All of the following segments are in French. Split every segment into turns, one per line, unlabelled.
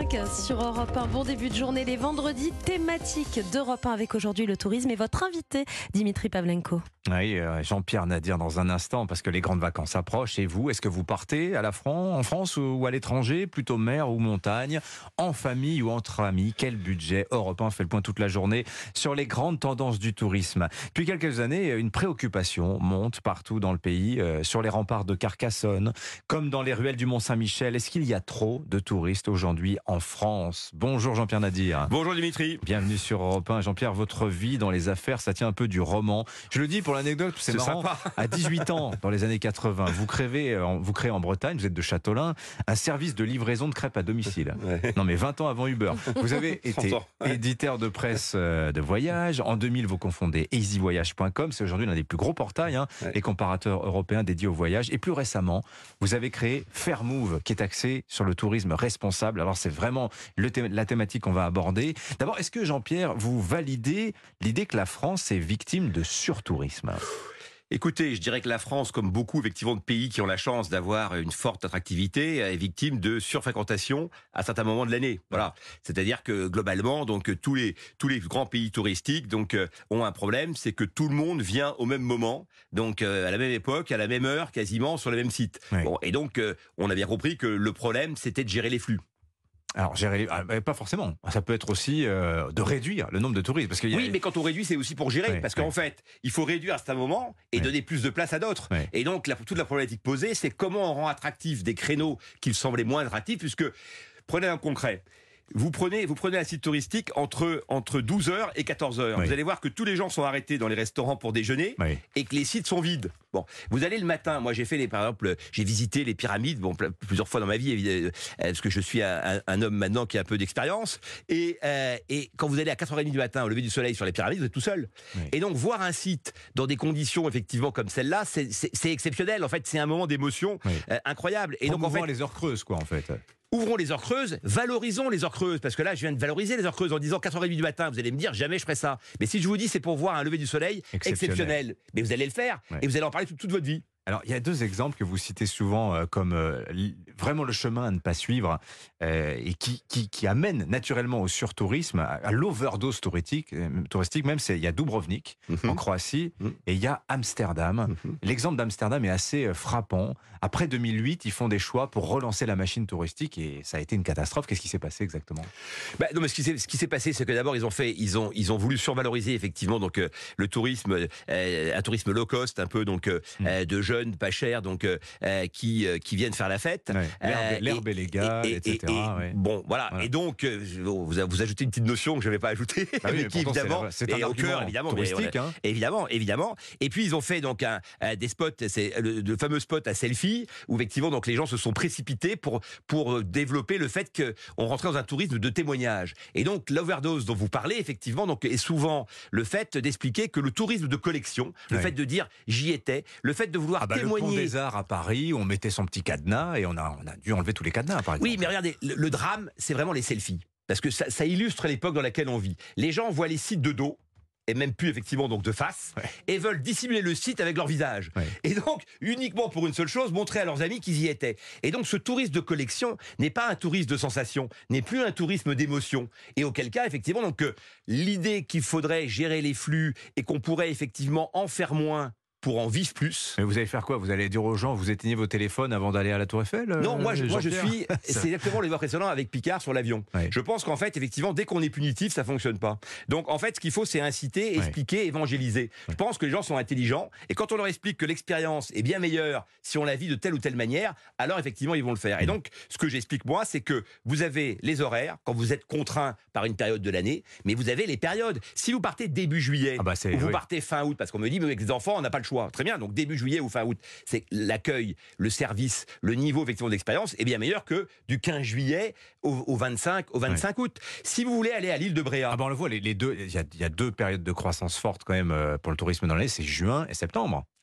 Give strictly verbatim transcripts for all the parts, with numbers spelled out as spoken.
cinq sur Europe un. Bon début de journée, les vendredis thématiques d'Europe un avec aujourd'hui le tourisme et votre invité Dimitri Pavlenko.
Oui, euh, Jean-Pierre Nadir dans un instant parce que les grandes vacances approchent. Et vous, est-ce que vous partez à la France, en France ou à l'étranger, plutôt mer ou montagne, en famille ou entre amis? Quel budget? Europe un fait le point toute la journée sur les grandes tendances du tourisme. Depuis quelques années, une préoccupation monte partout dans le pays, euh, sur les remparts de Carcassonne, comme dans les ruelles du Mont-Saint-Michel. Est-ce qu'il y a trop de touristes aujourd'hui en France? Bonjour Jean-Pierre Nadir.
Bonjour Dimitri.
Bienvenue sur Europe un. Jean-Pierre, votre vie dans les affaires, ça tient un peu du roman. Je le dis pour l'anecdote, c'est, c'est marrant. Sympa. À dix-huit ans, dans les années quatre-vingts, vous créez, vous créez en Bretagne, vous êtes de Châteaulin, un service de livraison de crêpes à domicile. Ouais. Non mais vingt ans avant Uber. Vous avez été ouais. éditeur de presse de voyage. En deux mille, vous confondez easy voyage point com. C'est aujourd'hui l'un des plus gros portails, hein, ouais. les comparateurs européens dédiés au voyage. Et plus récemment, vous avez créé Fairmove, qui est axé sur le tourisme responsable. Alors c'est vraiment le thé- la thématique qu'on va aborder. D'abord, est-ce que Jean-Pierre, vous validez l'idée que la France est victime de surtourisme ?
Écoutez, je dirais que la France, comme beaucoup effectivement de pays qui ont la chance d'avoir une forte attractivité, est victime de surfréquentation à certains moments de l'année. Voilà, c'est-à-dire que globalement, donc tous les tous les grands pays touristiques donc euh, ont un problème, c'est que tout le monde vient au même moment, donc euh, à la même époque, à la même heure, quasiment sur le même site. Oui. Bon, et donc euh, on a bien compris que le problème, c'était de gérer les flux.
Alors, gérer, ah, pas forcément. Ça peut être aussi euh, de réduire le nombre de touristes. Parce qu'il y a...
Oui, mais quand on réduit, c'est aussi pour gérer. Oui, parce qu'en oui. fait, il faut réduire à certains moments et oui. donner plus de place à d'autres. Oui. Et donc, la, toute la problématique posée, c'est comment on rend attractifs des créneaux qui semblaient moins attractifs, puisque, prenez un concret. Vous prenez, vous prenez un site touristique entre, entre douze heures et quatorze heures. Oui. Vous allez voir que tous les gens sont arrêtés dans les restaurants pour déjeuner oui. et que les sites sont vides. Bon, vous allez le matin. Moi, j'ai fait les, par exemple, j'ai visité les pyramides, bon, plusieurs fois dans ma vie, évidemment, parce que je suis un, un homme maintenant qui a un peu d'expérience. Et, euh, et quand vous allez à quatre heures trente du matin au lever du soleil sur les pyramides, vous êtes tout seul. Oui. Et donc, voir un site dans des conditions, effectivement, comme celle-là, c'est, c'est, c'est exceptionnel. En fait, c'est un moment d'émotion oui. euh, incroyable. Et
donc,
en
fait,
les
heures creuses, quoi, en fait.
Ouvrons les heures creuses, valorisons les heures creuses, parce que là, je viens de valoriser les heures creuses en disant quatre heures trente du matin, vous allez me dire, jamais je ferai ça. Mais si je vous dis, c'est pour voir un lever du soleil exceptionnel, exceptionnel mais vous allez le faire, ouais. et vous allez en parler toute, toute votre vie.
Alors, il y a deux exemples que vous citez souvent euh, comme euh, vraiment le chemin à ne pas suivre euh, et qui, qui, qui amène naturellement au surtourisme, à, à l'overdose touristique, euh, touristique même. C'est, il y a Dubrovnik, mm-hmm. en Croatie, mm-hmm. et il y a Amsterdam. Mm-hmm. L'exemple d'Amsterdam est assez euh, frappant. Après deux mille huit, ils font des choix pour relancer la machine touristique et ça a été une catastrophe. Qu'est-ce qui s'est passé exactement ?
bah, non, mais ce qui s'est, ce qui s'est passé, c'est que d'abord, ils ont fait, ils ont, ils ont voulu survaloriser effectivement donc euh, le tourisme, euh, un tourisme low cost, un peu donc euh, mm. de jeunes pas cher, donc euh, qui euh, qui viennent faire la fête.
Ouais, l'herbe, euh, l'herbe est légale, et, et, et cetera. Et, ouais.
Bon, voilà. voilà. Et donc, euh, vous, vous ajoutez une petite notion que je ne vais pas ajouter,
ah oui,
mais qui évidemment
c'est, c'est un
est au cœur, évidemment,
touristique,
mais,
hein.
évidemment, évidemment. Et puis ils ont fait donc un, un des spots, c'est le, le fameux spot à selfie où effectivement donc les gens se sont précipités pour pour développer le fait qu'on rentrait dans un tourisme de témoignage. Et donc l'overdose dont vous parlez effectivement donc est souvent le fait d'expliquer que le tourisme de collection, le ouais. fait de dire j'y étais, le fait de vouloir
ah bah,
témoigner.
Le Pont des Arts à Paris, où on mettait son petit cadenas et on a, on a dû enlever tous les cadenas, par exemple.
Oui, mais regardez, le, le drame, c'est vraiment les selfies. Parce que ça, ça illustre l'époque dans laquelle on vit. Les gens voient les sites de dos, et même plus effectivement donc de face, ouais. et veulent dissimuler le site avec leur visage. Ouais. Et donc, uniquement pour une seule chose, montrer à leurs amis qu'ils y étaient. Et donc, ce tourisme de collection n'est pas un tourisme de sensation, n'est plus un tourisme d'émotion. Et auquel cas, effectivement, donc euh, l'idée qu'il faudrait gérer les flux et qu'on pourrait effectivement en faire moins pour en vivre plus.
Mais vous allez faire quoi ? Vous allez dire aux gens, vous éteignez vos téléphones avant d'aller à la Tour Eiffel ?
Non, moi je, moi je suis, c'est exactement le précédent avec Picard sur l'avion. Oui. Je pense qu'en fait, effectivement, dès qu'on est punitif, ça fonctionne pas. Donc en fait, ce qu'il faut, c'est inciter, expliquer, oui. évangéliser. Oui. Je pense que les gens sont intelligents et quand on leur explique que l'expérience est bien meilleure si on la vit de telle ou telle manière, alors effectivement, ils vont le faire. Et donc, ce que j'explique moi, c'est que vous avez les horaires quand vous êtes contraint par une période de l'année, mais vous avez les périodes. Si vous partez début juillet, ah bah ou vous oui. partez fin août, parce qu'on me dit, mais avec les enfants, on n'a pas le choix. Très bien, donc début juillet ou fin août, c'est l'accueil, le service, le niveau effectivement d'expérience est bien meilleur que du quinze juillet au, au vingt-cinq, au vingt-cinq ouais. août. Si vous voulez aller à l'île de Bréa,
ah ben on le voit, les, les deux, il y, y a deux périodes de croissance forte quand même pour le tourisme dans l'année, c'est juin et septembre.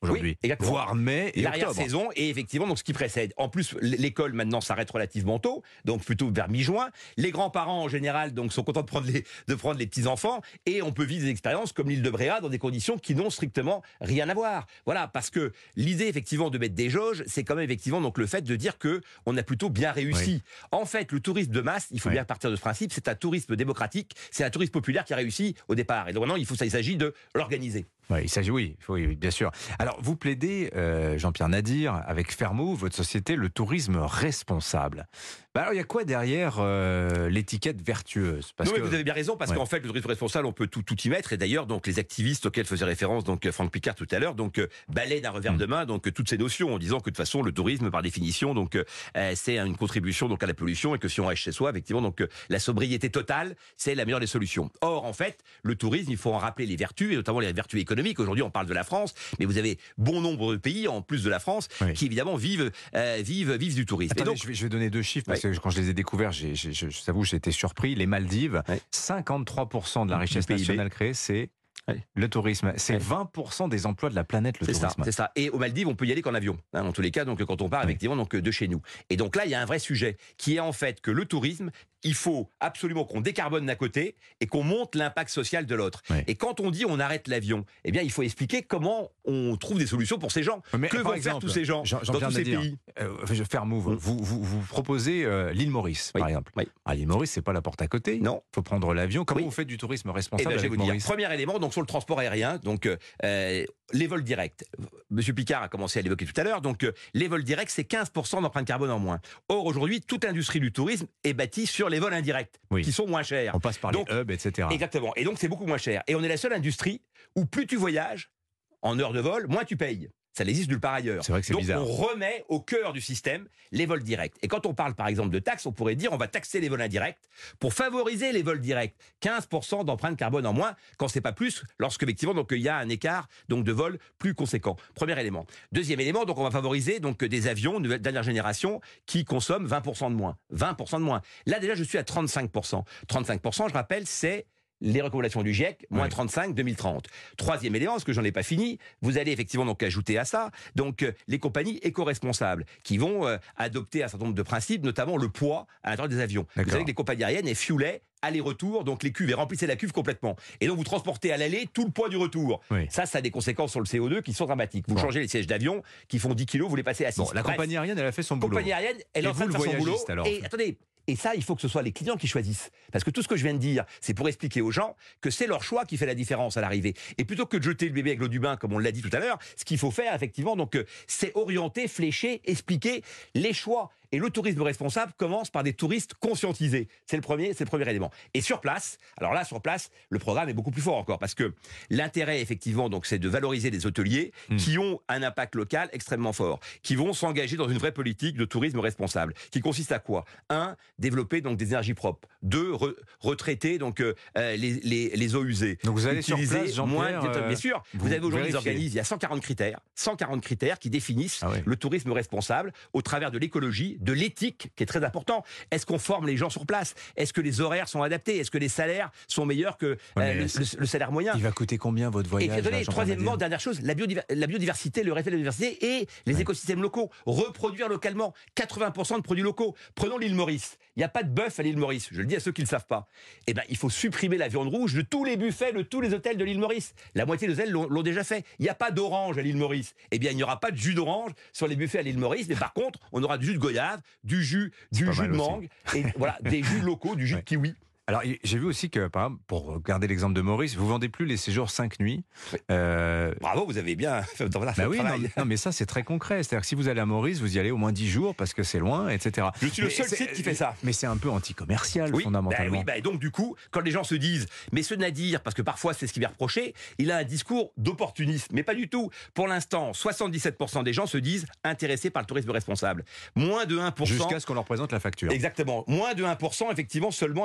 aujourd'hui,
oui,
voire mai et
l'arrière-saison et effectivement donc ce qui précède. En plus, l'école maintenant s'arrête relativement tôt, donc plutôt vers mi-juin. Les grands-parents en général donc sont contents de prendre les de prendre les petits enfants et on peut vivre des expériences comme l'île de Bréa dans des conditions qui n'ont strictement rien à voir. Voilà, parce que l'idée effectivement de mettre des jauges, c'est quand même effectivement donc le fait de dire que on a plutôt bien réussi. Oui. En fait, le tourisme de masse, il faut oui. bien partir de ce principe, c'est un tourisme démocratique, c'est un tourisme populaire qui a réussi au départ. Et donc maintenant, il faut ça, il s'agit de l'organiser.
Oui, il s'agit, oui, oui, bien sûr. Alors, vous plaidez, euh, Jean-Pierre Nadir, avec Fermou, votre société, le tourisme responsable. Bah alors, il y a quoi derrière euh, l'étiquette vertueuse?
Parce non, que... mais vous avez bien raison, parce ouais. qu'en fait, le tourisme responsable, on peut tout, tout y mettre. Et d'ailleurs, donc, les activistes auxquels faisait référence donc Franck Picard tout à l'heure, donc euh, balaient d'un revers mmh. de main donc toutes ces notions, en disant que de toute façon, le tourisme, par définition, donc euh, c'est une contribution donc à la pollution, et que si on reste chez soi, effectivement, donc euh, la sobriété totale, c'est la meilleure des solutions. Or, en fait, le tourisme, il faut en rappeler les vertus, et notamment les vertus économiques. Aujourd'hui, on parle de la France, mais vous avez bon nombre de pays, en plus de la France, oui. qui évidemment vivent, euh, vivent, vivent du tourisme.
Attendez,
et donc,
je, vais, je vais donner deux chiffres, parce oui. que quand je les ai découverts, j'ai, j'ai, je, je t'avoue, j'ai été surpris. Les Maldives, oui. cinquante-trois pour cent de la richesse nationale créée, c'est... Oui. Le tourisme, c'est oui. vingt pour cent des emplois de la planète, le
c'est
tourisme.
C'est ça. Et aux Maldives, on peut y aller qu'en avion. Hein, dans tous les cas, donc quand on part oui. effectivement donc de chez nous. Et donc là, il y a un vrai sujet qui est en fait que le tourisme, il faut absolument qu'on décarbone d'un côté et qu'on monte l'impact social de l'autre. Oui. Et quand on dit on arrête l'avion, eh bien, il faut expliquer comment on trouve des solutions pour ces gens.
Mais
que vont
exemple,
faire tous ces gens
Jean,
dans tous ces
dire,
pays
euh, Je vais faire move. Mmh. Vous, vous, vous proposez euh, l'île Maurice, oui. par exemple. Oui. Ah, l'île Maurice, c'est pas la porte à côté.
Non.
Il faut prendre l'avion. Comment
oui.
vous faites du tourisme responsable
eh ben,
avec
je vais vous
Maurice?
dire, premier élément, donc sur le transport aérien, donc euh, les vols directs. Monsieur Picard a commencé à l'évoquer tout à l'heure. Donc euh, les vols directs, c'est quinze pour cent d'empreinte carbone en moins. Or aujourd'hui, toute l'industrie du tourisme est bâtie sur les vols indirects, oui. qui sont moins chers.
On passe par donc, les hubs, et cetera.
Exactement. Et donc c'est beaucoup moins cher. Et on est la seule industrie où plus tu voyages en heures de vol, moins tu payes. Ça n'existe nulle part ailleurs.
C'est vrai que c'est
donc
bizarre.
On remet au cœur du système les vols directs. Et quand on parle par exemple de taxes, on pourrait dire on va taxer les vols indirects pour favoriser les vols directs. quinze pour cent d'empreinte carbone en moins, quand c'est pas plus, lorsque effectivement donc il y a un écart donc de vol plus conséquent. Premier élément. Deuxième élément, donc on va favoriser donc des avions de dernière génération qui consomment vingt pour cent de moins. vingt pour cent de moins. Là déjà je suis à trente-cinq pour cent. trente-cinq pour cent, je rappelle, c'est les recommandations du GIEC, moins oui. trente-cinq, deux mille trente. Troisième élément, parce que j'en ai pas fini, vous allez effectivement donc ajouter à ça, donc euh, les compagnies éco-responsables qui vont euh, adopter un certain nombre de principes, notamment le poids à l'intérieur des avions. D'accord. Vous savez que les compagnies aériennes, elles fuelaient aller-retour, donc les cuves, et remplissaient la cuve complètement. Et donc vous transportez à l'aller tout le poids du retour. Oui. Ça, ça a des conséquences sur le C O deux qui sont dramatiques. Vous bon. changez les sièges d'avion qui font dix kilos, vous les passez à six. Bon,
la
Bref,
compagnie aérienne, elle a fait son boulot.
La compagnie aérienne, elle est en train de faire son boulot. Alors, et attendez, et ça, il faut que ce soit les clients qui choisissent. Parce que tout ce que je viens de dire, c'est pour expliquer aux gens que c'est leur choix qui fait la différence à l'arrivée. Et plutôt que de jeter le bébé avec l'eau du bain, comme on l'a dit tout à l'heure, ce qu'il faut faire, effectivement, donc, c'est orienter, flécher, expliquer les choix. Et le tourisme responsable commence par des touristes conscientisés. C'est le premier, c'est le premier élément. Et sur place, alors là, sur place, le programme est beaucoup plus fort encore, parce que l'intérêt, effectivement, donc, c'est de valoriser des hôteliers mmh. qui ont un impact local extrêmement fort, qui vont s'engager dans une vraie politique de tourisme responsable, qui consiste à quoi? Un, développer donc des énergies propres. Deux, re, retraiter donc euh, les, les, les eaux usées.
Donc vous allez utiliser sur place, Jean-Pierre,
moins. Euh, bien sûr, vous, vous avez aujourd'hui des organismes. Il y a cent quarante critères, cent quarante critères qui définissent ah ouais. le tourisme responsable au travers de l'écologie, de l'éthique, qui est très important. Est-ce qu'on forme les gens sur place? Est-ce que les horaires sont adaptés? Est-ce que les salaires sont meilleurs que euh, le, le, le salaire moyen?
Il va coûter combien votre voyage?
Et là, troisièmement, dernière chose, la, biodiver la biodiversité, le respect de la biodiversité et les ouais. écosystèmes locaux. Reproduire localement. quatre-vingts pour cent de produits locaux. Prenons l'île Maurice. Il n'y a pas de bœuf à l'île Maurice. Je le dis à ceux qui ne le savent pas. Eh ben, il faut supprimer la viande rouge de tous les buffets, de tous les hôtels de l'île Maurice. La moitié des hôtels l'ont déjà fait. Il n'y a pas d'orange à l'île Maurice. Eh bien, il n'y aura pas de jus d'orange sur les buffets à l'île Maurice. Mais par contre, on aura du jus de goyave, du jus, du jus de mangue, et voilà, des jus locaux, du jus ouais. de kiwi.
Alors, j'ai vu aussi que, par exemple, pour garder l'exemple de Maurice, vous vendez plus les séjours cinq nuits.
Oui. Euh... Bravo, vous avez bien fait votre
bah oui, travail. Non, non, mais ça, c'est très concret. C'est-à-dire que si vous allez à Maurice, vous y allez au moins dix jours parce que c'est loin, et cetera.
Je suis
mais
le seul site qui fait ça.
Mais c'est un peu anti-commercial,
oui,
fondamentalement.
Bah oui, bah donc du coup, quand les gens se disent, mais ce Nadir, parce que parfois c'est ce qui vient reprocher, il a un discours d'opportunisme, mais pas du tout. Pour l'instant, soixante-dix-sept pour cent des gens se disent intéressés par le tourisme responsable. Moins de un pour cent.
Jusqu'à ce qu'on leur présente la facture.
Exactement. Moins de un pour cent, effectivement, seulement, effectivement, donc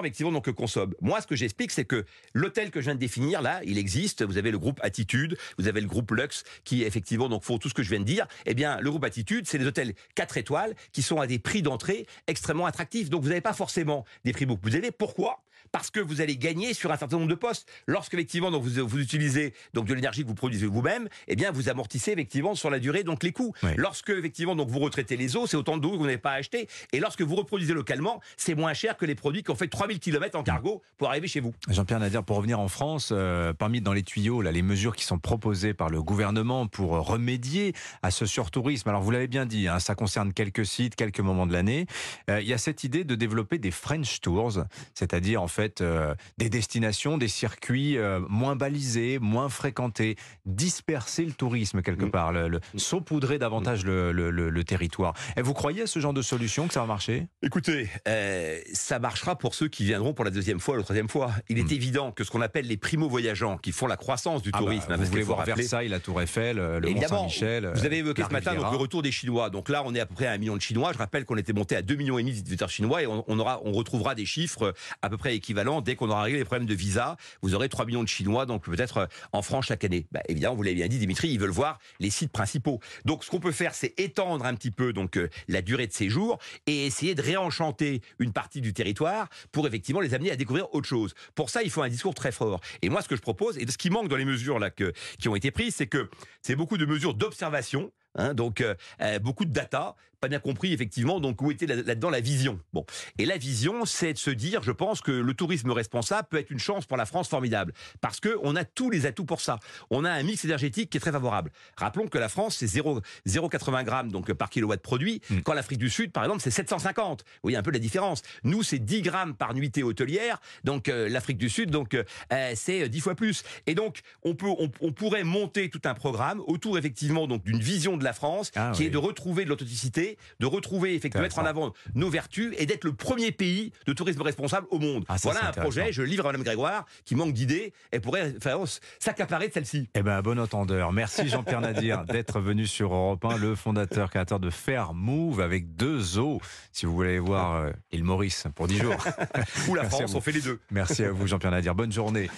que consomment. Moi, ce que j'explique, c'est que l'hôtel que je viens de définir, là, il existe. Vous avez le groupe Attitude, vous avez le groupe Luxe, qui effectivement donc font tout ce que je viens de dire. Eh bien, le groupe Attitude, c'est des hôtels quatre étoiles qui sont à des prix d'entrée extrêmement attractifs. Donc, vous n'avez pas forcément des prix beaucoup plus élevés. Pourquoi ? Parce que vous allez gagner sur un certain nombre de postes. Lorsque effectivement donc vous, vous utilisez donc de l'énergie que vous produisez vous-même, eh bien vous amortissez effectivement sur la durée donc les coûts. Oui. Lorsque effectivement donc vous retraitez les eaux, c'est autant d'eau que vous n'avez pas à acheter. Et lorsque vous reproduisez localement, c'est moins cher que les produits qui ont fait trois mille kilomètres en cargo pour arriver chez vous.
Jean-Pierre Nadir, pour revenir en France, euh, parmi dans les tuyaux là les mesures qui sont proposées par le gouvernement pour remédier à ce surtourisme. Alors vous l'avez bien dit, hein, ça concerne quelques sites, quelques moments de l'année. Euh, il y a cette idée de développer des French Tours, c'est-à-dire en fait euh, des destinations, des circuits euh, moins balisés, moins fréquentés, disperser le tourisme quelque mmh. part, le, le, saupoudrer davantage mmh. le, le, le, le territoire. Et vous croyez à ce genre de solution que ça va marcher ?
Écoutez, euh, ça marchera pour ceux qui viendront pour la deuxième fois, la troisième fois. Il est mmh. évident que ce qu'on appelle les primo-voyageurs qui font la croissance du
ah
tourisme,
bah,
hein,
vous voulez voir
rappeler...
Versailles, la Tour Eiffel, le Mont-Saint-Michel.
Vous avez évoqué ce matin donc, le retour des Chinois. Donc là, on est à peu près à un million de Chinois. Je rappelle qu'on était monté à deux millions et demi de visiteurs chinois et on, on aura, on retrouvera des chiffres à peu près équivalents dès qu'on aura réglé les problèmes de visa. Vous aurez trois millions de Chinois, donc peut-être en France chaque année. Bah, évidemment, vous l'avez bien dit, Dimitri, ils veulent voir les sites principaux. Donc, ce qu'on peut faire, c'est étendre un petit peu donc euh, la durée de séjour et essayer de réenchanter une partie du territoire pour effectivement les amener à découvrir autre chose. Pour ça, il faut un discours très fort. Et moi, ce que je propose, et ce qui manque dans les mesures là que, qui ont été prises, c'est que c'est beaucoup de mesures d'observation. Hein, donc euh, euh, beaucoup de data, pas bien compris effectivement donc où était là-dedans la vision. Bon, et la vision, c'est de se dire, je pense que le tourisme responsable peut être une chance pour la France formidable, parce que on a tous les atouts pour ça. On a un mix énergétique qui est très favorable. Rappelons que la France c'est zéro virgule quatre-vingts grammes donc par kilowatt produit, mmh. quand l'Afrique du Sud par exemple c'est sept cent cinquante. Vous voyez un peu la différence. Nous c'est dix grammes par nuitée hôtelière, donc euh, l'Afrique du Sud donc euh, c'est dix fois plus. Et donc on peut on, on pourrait monter tout un programme autour effectivement donc d'une vision de la France, ah, qui oui. est de retrouver de l'authenticité, de retrouver effectivement, mettre en avant nos vertus et d'être le premier pays de tourisme responsable au monde. Ah, ça, voilà un projet, je livre à Mme Grégoire, qui manque d'idées, et pourrait enfin, s'accaparer de celle-ci.
Eh ben, bon entendeur. Merci Jean-Pierre Nadir d'être venu sur Europe un, le fondateur, créateur de Fair Move avec deux eaux. Si vous voulez voir euh, île Maurice pour dix jours.
Ou la France, on fait les deux.
Merci à vous Jean-Pierre Nadir. Bonne journée.